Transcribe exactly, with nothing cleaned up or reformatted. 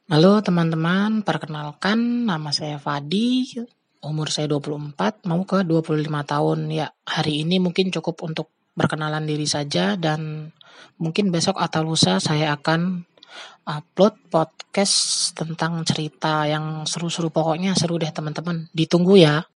Halo teman-teman, perkenalkan nama saya Fadi, umur saya dua puluh empat, mau ke dua puluh lima tahun. Ya, hari ini mungkin cukup untuk perkenalan diri saja dan mungkin besok atau lusa saya akan upload podcast tentang cerita yang seru-seru. Pokoknya seru deh teman-teman. Ditunggu ya.